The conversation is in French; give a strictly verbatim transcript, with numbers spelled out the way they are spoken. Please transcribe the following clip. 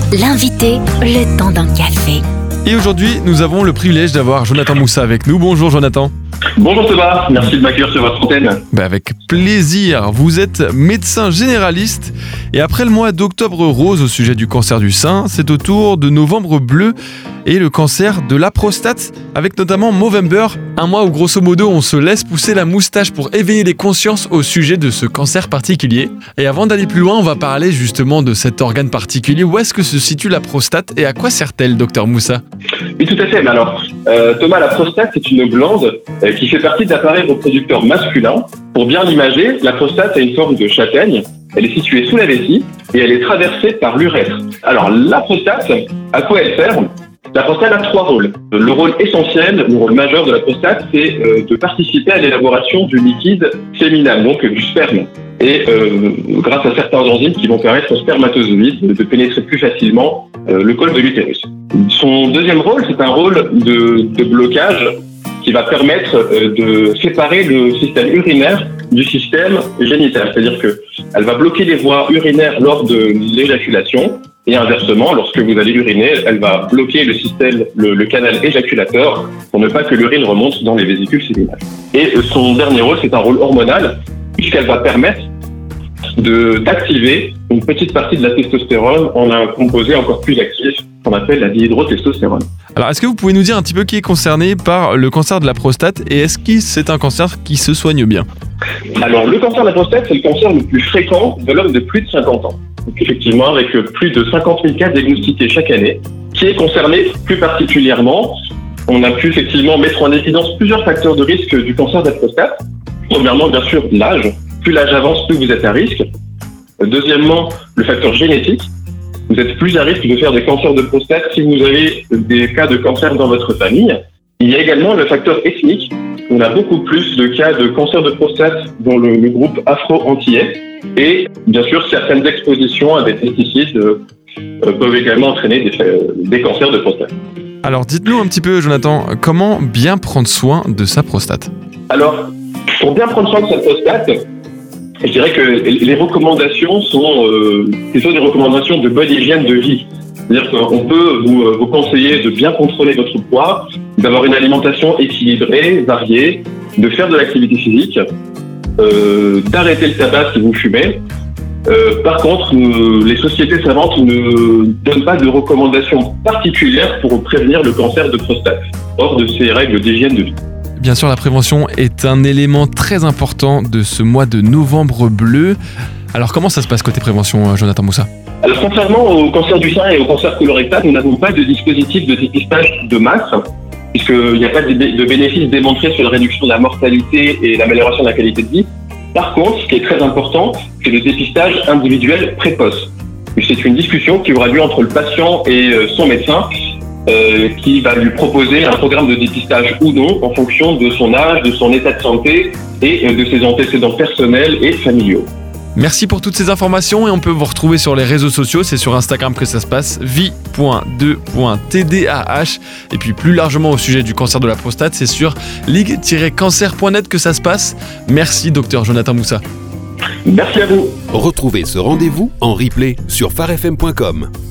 L'invité, le temps d'un café. Et aujourd'hui, nous avons le privilège d'avoir Jonathan Moussa avec nous. Bonjour Jonathan. Bonjour Thomas, merci de m'accueillir sur votre antenne. Bah avec plaisir. Vous êtes médecin généraliste et après le mois d'octobre rose au sujet du cancer du sein, c'est au tour de novembre bleu et le cancer de la prostate avec notamment Movember, un mois où grosso modo on se laisse pousser la moustache pour éveiller les consciences au sujet de ce cancer particulier. Et avant d'aller plus loin, on va parler justement de cet organe particulier. Où est-ce que se situe la prostate et à quoi sert-elle, docteur Moussa ? Oui, tout à fait. Mais alors, euh, Thomas, la prostate, c'est une glande euh, qui fait partie de l'appareil reproducteur masculin. Pour bien l'imager, la prostate a une forme de châtaigne. Elle est située sous la vessie et elle est traversée par l'urètre. Alors, la prostate, à quoi elle sert ? La prostate a trois rôles. Le rôle essentiel, le rôle majeur de la prostate, c'est euh, de participer à l'élaboration du liquide séminal, donc du sperme. Et euh, grâce à certains enzymes qui vont permettre au spermatozoïde de, de pénétrer plus facilement euh, le col de l'utérus. Son deuxième rôle, c'est un rôle de, de blocage qui va permettre euh, de séparer le système urinaire du système génital. C'est-à-dire qu'elle va bloquer les voies urinaires lors de l'éjaculation et inversement, lorsque vous allez uriner, elle va bloquer le système, le, le canal éjaculateur pour ne pas que l'urine remonte dans les vésicules séminales. Et euh, son dernier rôle, c'est un rôle hormonal puisqu'elle va permettre de, d'activer une petite partie de la testostérone en un composé encore plus actif qu'on appelle la dihydrotestostérone. Alors, est-ce que vous pouvez nous dire un petit peu qui est concerné par le cancer de la prostate et est-ce que c'est un cancer qui se soigne bien ? Alors, le cancer de la prostate, c'est le cancer le plus fréquent de l'homme de plus de cinquante ans. Donc, effectivement, avec plus de cinquante mille cas diagnostiqués chaque année, qui est concerné plus particulièrement. On a pu effectivement mettre en évidence plusieurs facteurs de risque du cancer de la prostate. Premièrement, bien sûr, l'âge. Plus l'âge avance, plus vous êtes à risque. Deuxièmement, le facteur génétique. Vous êtes plus à risque de faire des cancers de prostate si vous avez des cas de cancer dans votre famille. Il y a également le facteur ethnique. On a beaucoup plus de cas de cancer de prostate dans le, le groupe afro-antillais. Et bien sûr, certaines expositions à des pesticides euh, peuvent également entraîner des, euh, des cancers de prostate. Alors dites-nous un petit peu, Jonathan, comment bien prendre soin de sa prostate ? Alors, pour bien prendre soin de sa prostate, je dirais que les recommandations sont euh, plutôt des recommandations de bonne hygiène de vie. C'est-à-dire qu'on peut vous, vous conseiller de bien contrôler votre poids, d'avoir une alimentation équilibrée, variée, de faire de l'activité physique, euh, d'arrêter le tabac si vous fumez. Euh, par contre, euh, les sociétés savantes ne donnent pas de recommandations particulières pour prévenir le cancer de prostate, hors de ces règles d'hygiène de vie. Bien sûr, la prévention est un élément très important de ce mois de novembre bleu. Alors, comment ça se passe côté prévention, Jonathan Moussa ? Alors, contrairement au cancer du sein et au cancer colorectal, nous n'avons pas de dispositif de dépistage de masse, puisqu'il n'y a pas de bénéfices démontrés sur la réduction de la mortalité et l'amélioration de la qualité de vie. Par contre, ce qui est très important, c'est le dépistage individuel précoce. C'est une discussion qui aura lieu entre le patient et son médecin, euh, qui va lui proposer un programme de dépistage ou non en fonction de son âge, de son état de santé et de ses antécédents personnels et familiaux. Merci pour toutes ces informations et on peut vous retrouver sur les réseaux sociaux, c'est sur Instagram que ça se passe, vie point deux point t d a h et puis plus largement au sujet du cancer de la prostate, c'est sur ligue tiret cancer point net que ça se passe. Merci docteur Jonathan Moussa. Merci à vous. Retrouvez ce rendez-vous en replay sur phare f m point com.